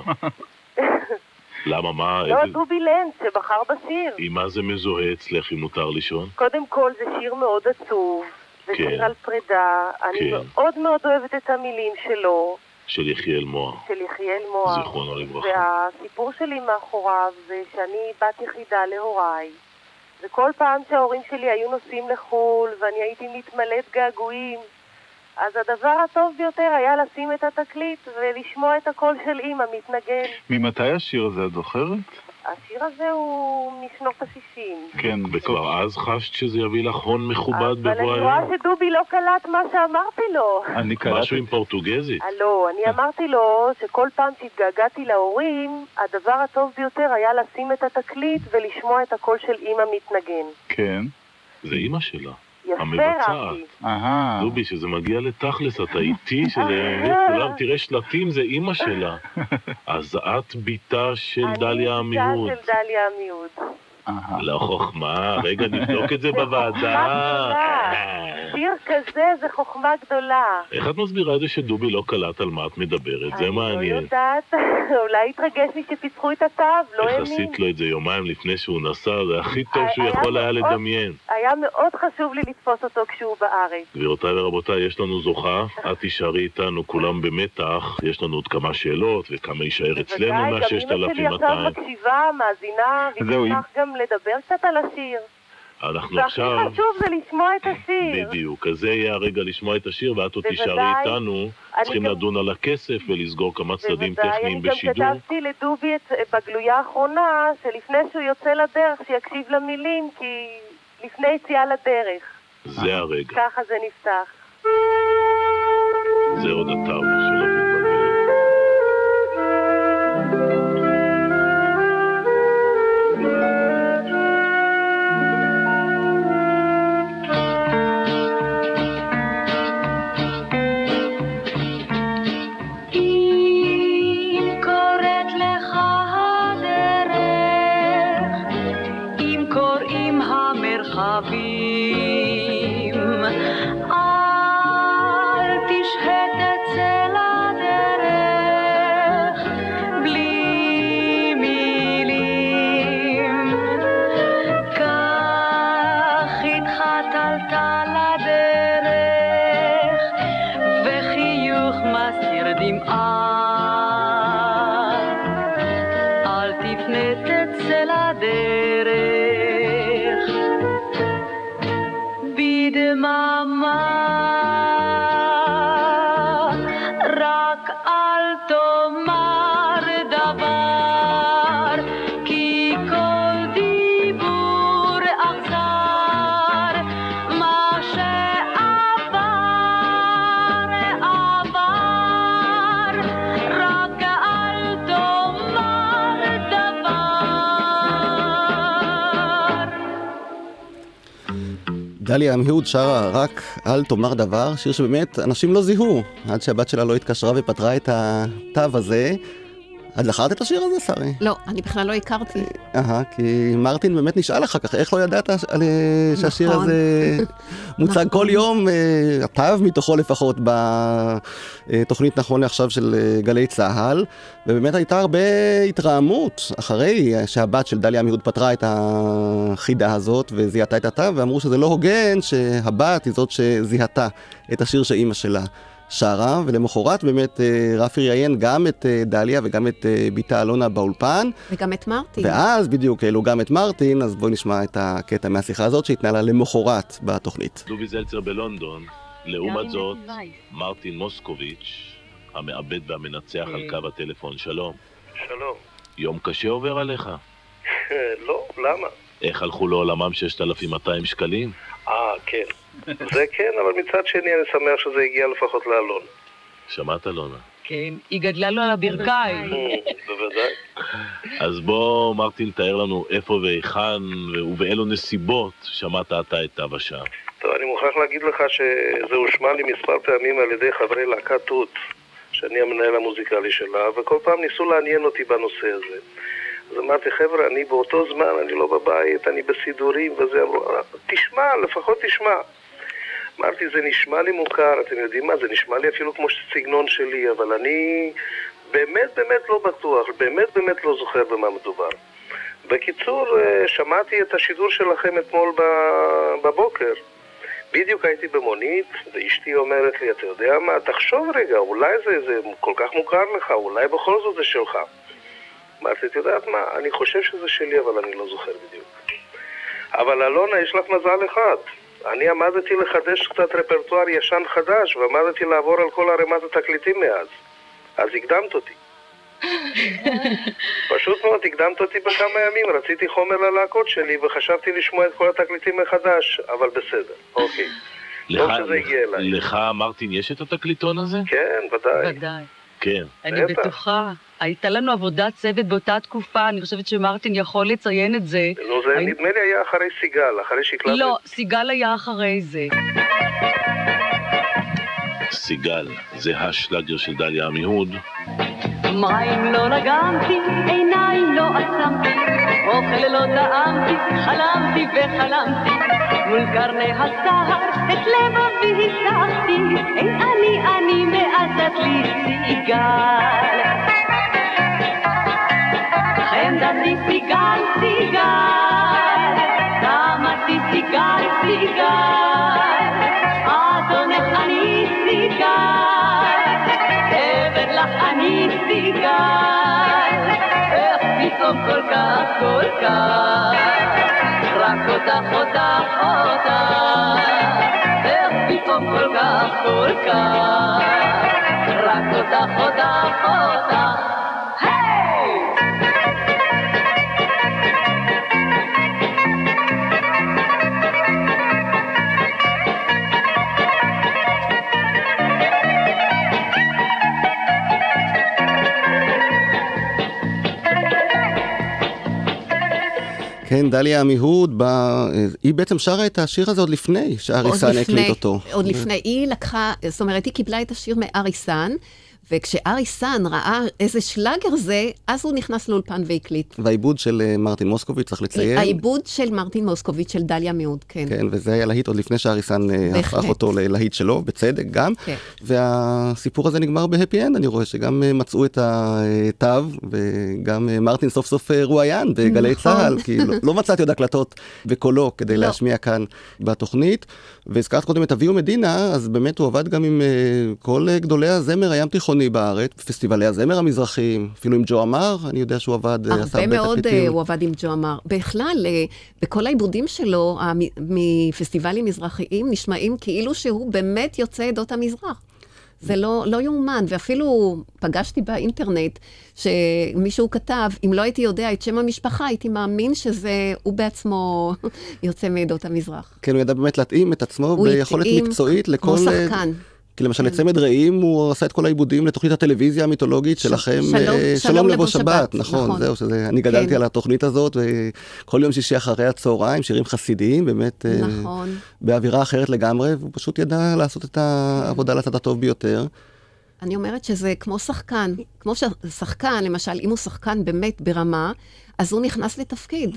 למה, מה? לא, דובי לנץ שבחר בשיר. עם מה זה מזוהה אצלך, אם מותר לישון? קודם כל זה שיר מאוד עצוב. זה כן. שיר על פרידה. אני כן. מאוד מאוד אוהבת את המילים שלו. של יחיאל מוהר. של יחיאל מוהר. זיכרונו לברכה. והסיפור שלי מאחוריו זה שאני בת יחידה להוריי. וכל פעם שההורים שלי היו נוסעים לחול ואני הייתי מתמלאת געגועים, אז הדבר הטוב ביותר היה לשים את התקליט ולשמוע את הקול של אמא מתנגן. ממתי השיר הזה, את זוכרת? השיר הזה הוא משנות ה-שישים. כן, וכבר אז חשת שזה יביא לך הון מכובד בבוא היום? אבל אני רואה שדובי לא קלט מה שאמרתי לו. אני קלט... משהו עם פורטוגזית? לא, אני אמרתי לו שכל פעם שהתגעגעתי להורים, הדבר הטוב ביותר היה לשים את התקליט ולשמוע את הקול של אמא מתנגן. כן. זה אמא שלה. יפה, רבי. דובי, שזה מגיע לתכלס, אתה איתי, כולם תראה שלטים, זה אמא שלה. אז את ביתה של דליה עמיהוד. אני ביתה של דליה עמיהוד. לא חוכמה, רגע, נבדוק את זה בוועדה. שיר כזה זה חוכמה גדולה. איך את מסבירה את זה שדובי לא קלט על מה את מדברת? זה מעניין. אני לא יודעת, אולי התרגש לי שפיצחו את התו, לא האמין. איך עשית לו את זה יומיים לפני שהוא נסע, זה הכי טוב שהוא יכול היה לדמיין. היה מאוד חשוב לי לתפוס אותו כשהוא בארץ. גבירותיי ורבותיי, יש לנו זוכה, את תישארי איתנו, כולם במתח, יש לנו עוד כמה שאלות וכמה יישאר אצלנו מה-ששת אלפים מאתיים. גם אמא שלי עכשיו מקשיבה, מאזינה, ונשמח גם לדבר קצת על השיר. אנחנו עכשיו... והכי חשוב זה לשמוע את השיר. בדיוק, אז זה יהיה הרגע לשמוע את השיר, ואת עוד תישארי איתנו, צריכים לדון על הכסף ולסגור כמה צדדים טכניים בשידור. אני גם כתבתי לדובי בגלויה האחרונה, שלפני שהוא יוצא לדרך, שיקשיב למילים, כי לפני יציאה לדרך. זה הרגע. ככה זה נפתח. זה עוד אתר שלא תתבלבל. דליה עמיהוד שרה רק אל תאמר דבר, שיר שבאמת אנשים לא זיהו, עד שהבת שלה לא התקשרה ופתרה את התו הזה. את זכרת את השיר הזה, שרי? לא, אני בכלל לא הכרתי. אהה, כי מרטין באמת נשאל אחר כך, איך לא ידעת שהשיר הזה מוצג כל יום, התו מתוכו לפחות בתוכנית נכון לעכשיו של גלי צהל, ובאמת הייתה הרבה התרעמות אחרי שהבת של דליה עמיהוד פתרה את החידה הזאת וזיהתה את התו, ואמרו שזה לא הוגן שהבת היא זאת שזיהתה את השיר שאימא שלה שרה, ולמחרת באמת רפי ראיין גם את דליה וגם את ביתה אלונה באולפן. וגם את מרטין. ואז בדיוק העלו גם את מרטין, אז בואי נשמע את הקטע מהשיחה הזאת שהתנהלה למחרת בתוכנית. דובי זלצר בלונדון, לעומת זאת, מרטין מוסקוביץ', המעבד והמנצח על קו הטלפון. שלום. שלום. יום קשה עובר עליך? לא, למה? איך הלכו לעולמם שישת אלפים ומאתיים שקלים? אה, כן. זה כן, אבל מצד שני אני שמח שזה הגיע לפחות לאלון. שמעת, אלונה? כן, היא גדלה לו על הברכיים. בוודאי. אז בוא, מרטין, תאר לנו איפה והיכן ובאילו נסיבות שמעת אתה את תו השעה. טוב, אני מוכרח להגיד לך שזה הושמע לי מספר פעמים על ידי חברי להקת תות, שאני המנהל המוזיקלי שלה, וכל פעם ניסו לעניין אותי בנושא הזה. אז אמרתי, חבר'ה, אני באותו זמן, אני לא בבית, אני בסידורים וזה, אמרו, תשמע, לפחות תשמע. אמרתי, זה נשמע לי מוכר, אתם יודעים מה, זה נשמע לי אפילו כמו סגנון שלי, אבל אני באמת באמת לא בטוח, באמת באמת לא זוכר במה מדובר. בקיצור, שמעתי את השידור שלכם אתמול בבוקר. בדיוק הייתי במונית, ואשתי אומרת לי, אתה יודע מה, תחשוב רגע, אולי זה, זה כל כך מוכר לך, אולי בכל זאת זה שלך. אמרתי, את יודעת מה, אני חושב שזה שלי, אבל אני לא זוכר בדיוק. אבל אלונה, יש לך מזל אחד. אני עמדתי לחדש קצת רפרטואר ישן חדש, ועמדתי לעבור על כל הרמת התקליטים מאז. אז הקדמת אותי. פשוט מאוד, הקדמת אותי בכמה ימים, רציתי חומר ללהקות שלי, וחשבתי לשמוע את כל התקליטים מחדש, אבל בסדר, אוקיי. טוב שזה הגיע אליי. לך, מרטין, יש את התקליטון הזה? כן, ודאי. ודאי. כן. אני בטוחה. הייתה לנו עבודת צוות באותה תקופה, אני חושבת שמרטין יכול לציין את זה. נו, זה נדמה לי היה אחרי סיגל, אחרי שהקלטת. לא, סיגל היה אחרי זה. סיגל, זה השלאגר של דליה עמיהוד. מים לא נגמתי, עיניים לא עצמתי, אוכל לא טעמתי, חלמתי וחלמתי, מול קרני הסהר את לבבי השגתי, אין אני אני מעזת לי סיגל. חמדתי סיגל סיגל, תמתי סיגל סיגל, אדונך אני סיגל, עבד לך אני סיגל, איך פתאום כל כך כל כך רק אותך, אותך, אותך, איך פתאום כל כך, כל כך, רק אותך, אותך, אותך, היי! כן, דליה עמיהוד, ב... היא בעצם שרה את השיר הזה עוד לפני שאריסן הקליט אותו. עוד לפני, היא לקחה, זאת אומרת, היא קיבלה את השיר מאריסן, וכשאריסן ראה איזה שלאגר זה, אז הוא נכנס לאולפן והקליט. והעיבוד של מרטין מוסקוביץ', צריך לציין. העיבוד של מרטין מוסקוביץ', של דליה עמיהוד, כן. כן, וזה היה להיט עוד לפני שאריסן הפך אותו ללהיט שלו, בצדק גם. כן. והסיפור הזה נגמר בהפי אנד, אני רואה שגם מצאו את התו, וגם מרטין סוף סוף רואיין בגלי צהל, כי לא מצאתי עוד הקלטות בקולו כדי להשמיע כאן בתוכנית. והזכרת קודם את אביהו מדינה, אז באמת הוא עבד גם עם כל גדולי הזמר הים תיכוני בארץ, בפסטיבלי הזמר המזרחיים, אפילו עם ג'ו אמר, אני יודע שהוא עבד, הרבה מאוד הוא עבד עם ג'ו אמר. בכלל, בכל העיבודים שלו, מפסטיבלים מזרחיים, נשמעים כאילו שהוא באמת יוצא עדות המזרח. זה לא, לא יאומן, ואפילו פגשתי באינטרנט שמישהו כתב, אם לא הייתי יודע את שם המשפחה, הייתי מאמין שזה הוא בעצמו יוצא מעדות המזרח. כן, הוא ידע באמת להתאים את עצמו ביכולת מקצועית לכל... כמו שחקן. כי למשל לצמד רעים הוא עשה את כל העיבודים לתוכנית הטלוויזיה המיתולוגית שלכם, שלום לבוא שבת, נכון, זהו, אני גדלתי על התוכנית הזאת, וכל יום שישי אחרי הצהריים, שירים חסידיים, באמת באווירה אחרת לגמרי, והוא פשוט ידע לעשות את העבודה לצד הטוב ביותר. אני אומרת שזה כמו שחקן, כמו ששחקן, למשל, אם הוא שחקן באמת ברמה, אז הוא נכנס לתפקיד,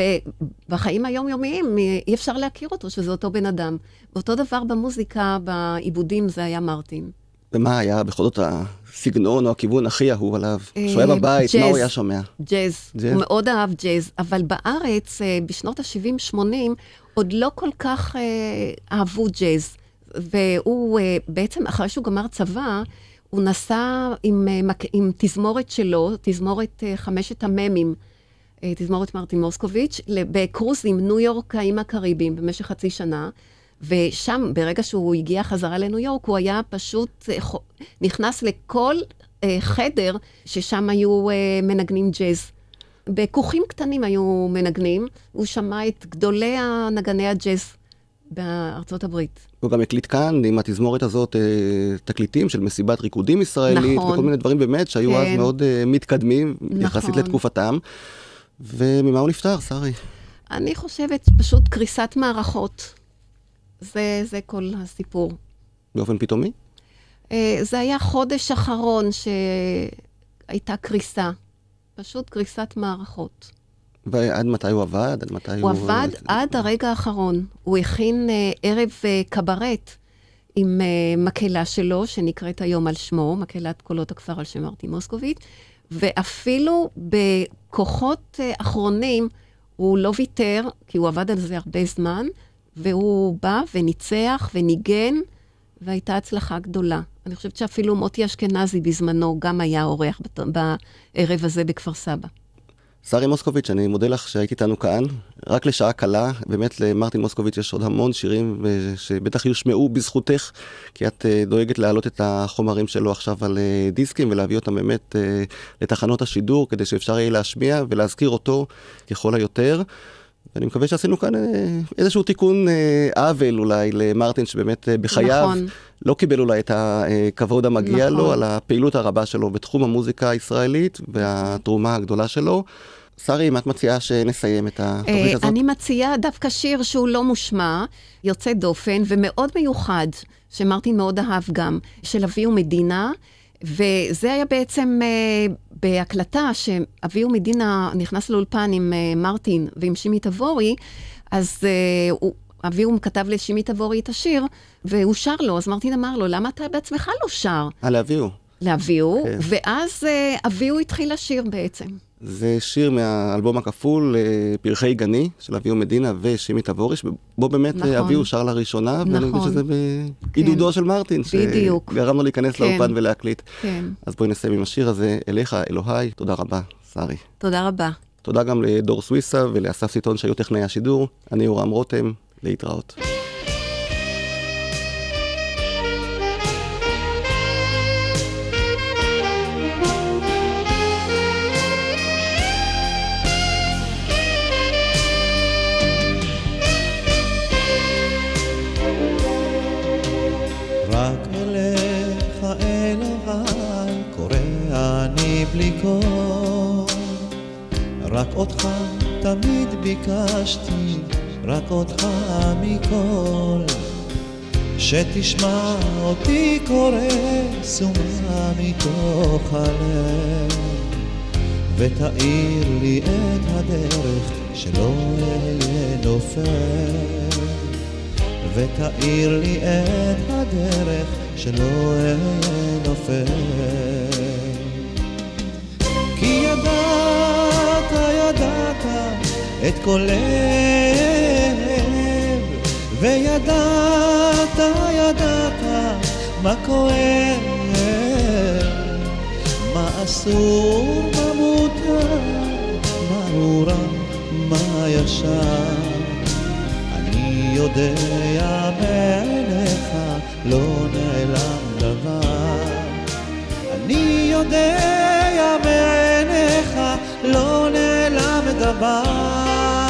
ובחיים היומיומיים אי אפשר להכיר אותו, שזה אותו בן אדם. ואותו דבר במוזיקה, בעיבודים, זה היה מרטין. ומה היה בכל זאת הסגנון או הכיוון הכי אהוב עליו? שהוא היה בבית, מה הוא היה שומע? ג'אז. הוא מאוד אהב ג'אז, אבל בארץ, בשנות ה-שבעים שמונים, עוד לא כל כך אהבו ג'אז. והוא בעצם, אחרי שהוא גמר צבא, הוא נסע עם, עם תזמורת שלו, תזמורת חמשת הממים, תזמורת מרטין מוסקוביץ', בקרוזים, ניו יורק עם הקריבים, במשך חצי שנה, ושם, ברגע שהוא הגיע חזרה לניו יורק, הוא היה פשוט נכנס לכל חדר, ששם היו מנגנים ג'אז. בכוכים קטנים היו מנגנים, הוא שמע את גדולי הנגני הג'אז בארצות הברית. הוא גם הקליט כאן עם התזמורת הזאת תקליטים של מסיבת ריקודים ישראלית, נכון. וכל מיני דברים באמת שהיו כן. אז מאוד מתקדמים, נכון. יחסית לתקופתם. וממה הוא נפטר, שרי? אני חושבת פשוט קריסת מערכות. זה, זה כל הסיפור. באופן פתאומי? זה היה חודש אחרון שהייתה קריסה. פשוט קריסת מערכות. ועד מתי הוא עבד? עד מתי הוא, הוא עבד עד הרגע האחרון. הוא הכין ערב קברט עם מקהלה שלו, שנקראת היום על שמו, מקהלת קולות הכפר על שם מרטין מוסקוביץ', ואפילו בכוחות אחרונים הוא לא ויתר, כי הוא עבד על זה הרבה זמן, והוא בא וניצח וניגן, והייתה הצלחה גדולה. אני חושבת שאפילו מוטי אשכנזי בזמנו גם היה אורח בערב הזה בכפר סבא. שרי מוסקוביץ', אני מודה לך שהיית איתנו כאן, רק לשעה קלה, באמת למרטין מוסקוביץ' יש עוד המון שירים שבטח יושמעו בזכותך, כי את דואגת להעלות את החומרים שלו עכשיו על דיסקים, ולהביא אותם באמת לתחנות השידור, כדי שאפשר יהיה להשמיע ולהזכיר אותו ככל היותר. ואני מקווה שעשינו כאן איזשהו תיקון עוול אולי למרטין, שבאמת בחייו נכון. לא קיבל אולי את הכבוד המגיע נכון. לו, על הפעילות הרבה שלו בתחום המוזיקה הישראלית, והתרומה הגדולה שלו. שרי, מה את מציעה שנסיים את התוכנית הזאת? אני מציעה דווקא שיר שהוא לא מושמע, יוצא דופן ומאוד מיוחד, שמרטין מאוד אהב גם, של אביהו מדינה, וזה היה בעצם uh, בהקלטה שאביהו מדינה נכנס לאולפן עם uh, מרטין ועם שימי תבורי, אז uh, הוא, אביהו כתב לשימי תבורי את השיר, והוא שר לו, אז מרטין אמר לו, למה אתה בעצמך לא שר? אה, לאביהו. לאביהו, okay. ואז uh, אביהו התחיל לשיר בעצם. זה שיר מהאלבום הכפול, פרחי גני, של אביהו מדינה ושימי תבורי, שבו באמת נכון. אביהו שר לראשונה, נכון. ואני מבין שזה בעידודו כן. של מרטין, בדיוק. שגרמנו להיכנס כן. לאופן ולהקליט. כן. אז בואי נסיים עם השיר הזה, אליך, אלוהי, תודה רבה, שרי. תודה רבה. תודה גם לדור סוויסה ולאסף סיטון שהיו טכנאי השידור. אני יורם רותם, להתראות. רק אליך אלוהי קורא אני בלי קול, רק אותך תמיד ביקשתי, רק אותך מכל, שתשמע אותי קורא סומה מתוך הלב, ותאיר לי את הדרך שלא אהיה נופל, ותאיר לי את הדרך שלא אהיה נופל. כי ידעת, ידעת את כל לב, וידעת, ידעת מה כואב, מה אסור, מה מותר, מה הוא רע, מה ישר. אני יודע מעיניך לא נעלם דבר, אני יודע מעיניך לא נעלם דבר.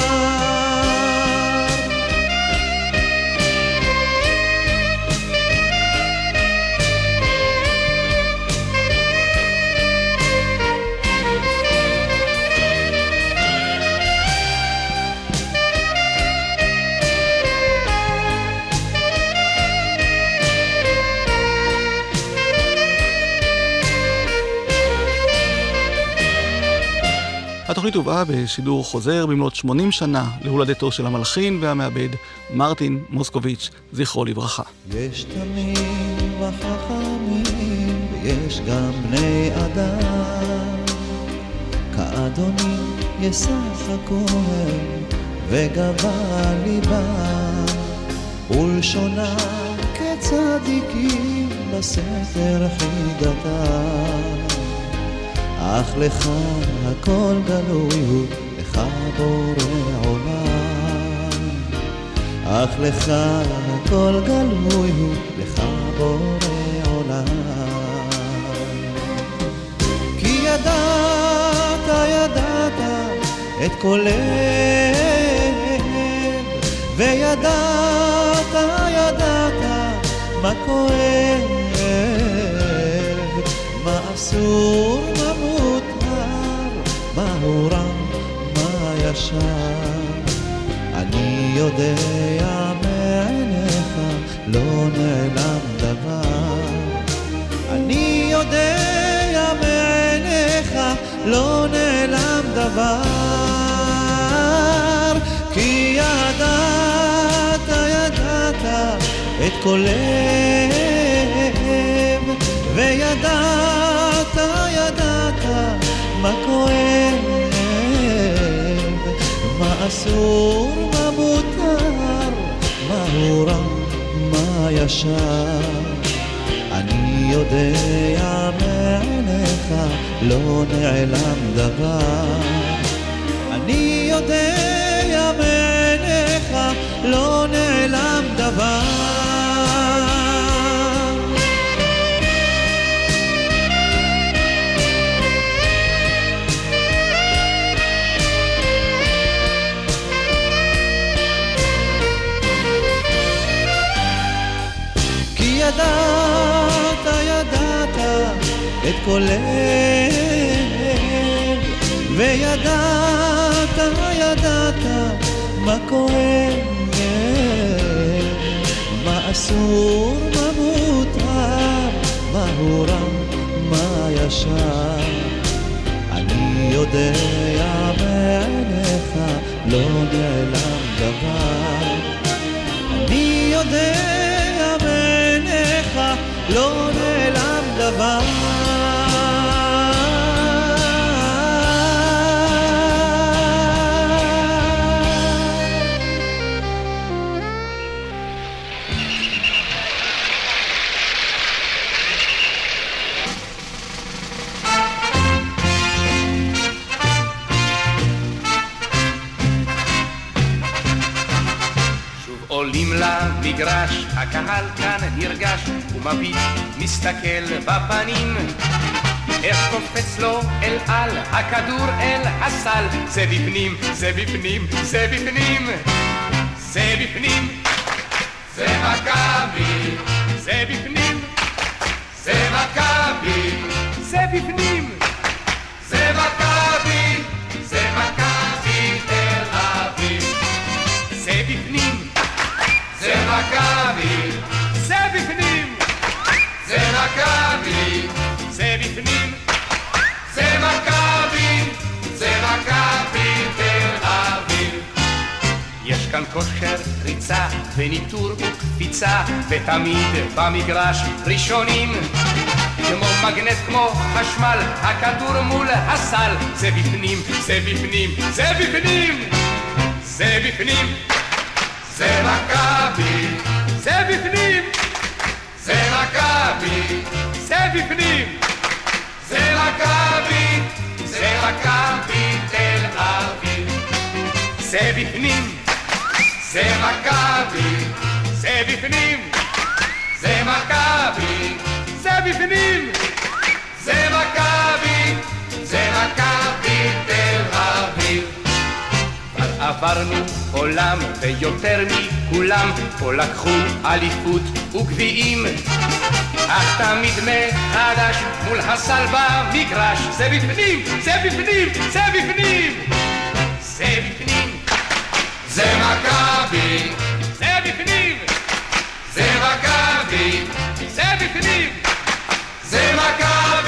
התוכנית הובאה בשידור חוזר במלאת שמונים שנה להולדתו של המלחין והמעבד מרטין מוסקוביץ', זכרו לברכה. יש תמים וחכמים ויש גם בני אדם, כאדוני ישחקוהם וגבה ליבם, ולשונם כצדיקים בסתר חידתם. אך לך הכל גלוי הוא, לך בורא עולם. אך לך הכל גלוי הוא, לך בורא עולם. כי ידעת, ידעת את כל לב, וידעת, ידעת מה כואב, מה אסור, מה מותר, מה הוא רע, מה ישר. אני יודע מעיניך לא נעלם דבר, אני יודע מעיניך לא נעלם דבר. כי ידעת, ידעת את כל לב, וידעת, ידעת מה כואב, מה אסור, מה מותר, מה הוא רע, מה ישר. אני יודע מעיניך לא נעלם דבר, אני יודע מעיניך לא נעלם דבר. ידעת, ידעת את כל לב, וידעת, ידעת מה כואב, מה אסור, מה מותר, מה הוא רע, מה ישר. אני יודע מעיניך לא נעלם דבר, אני יודע מעיניך לא נעלם דבר. עולים למגרש, הקהל כאן נרגש, ומביט, מסתכל בפנים. איך קופץ לו אל על, הכדור אל הסל, זה בפנים, זה בפנים, זה בפנים, זה בפנים, זה מכבי, זה בפנים, זה מכבי, זה בפנים, זה מכבי, זה מכבי תל אביב, זה בפנים, זה מכבי, זה בפנים, זה מכבי, זה בפנים, זה מכבי, זה מכבי תל אביב. יש כאן כושר ריצה וניטור וקפיצה, ותמיד במגרש ראשונים, כמו מגנט, כמו חשמל, הכדור מול הסל, זה בפנים, זה בפנים, זה בפנים, זה בפנים, זה מכבי, זה בפנים, זה מכבי, זה בפנים, זה מכבי, זה מכבי תל אביב, זה בפנים, זה מכבי, זה בפנים, זה מכבי, זה בפנים, זה מכבי, זה מכבי תל אביב. כבר עברנו עולם ויותר מכולם, פה לקחו אליפות וגביעים, אך תמיד מחדש מול הסל במגרש, זה בפנים, זה בפנים, זה בפנים, זה בפנים, זה מכבי, זה בפנים, זה מכבי, זה בפנים, זה מכבי.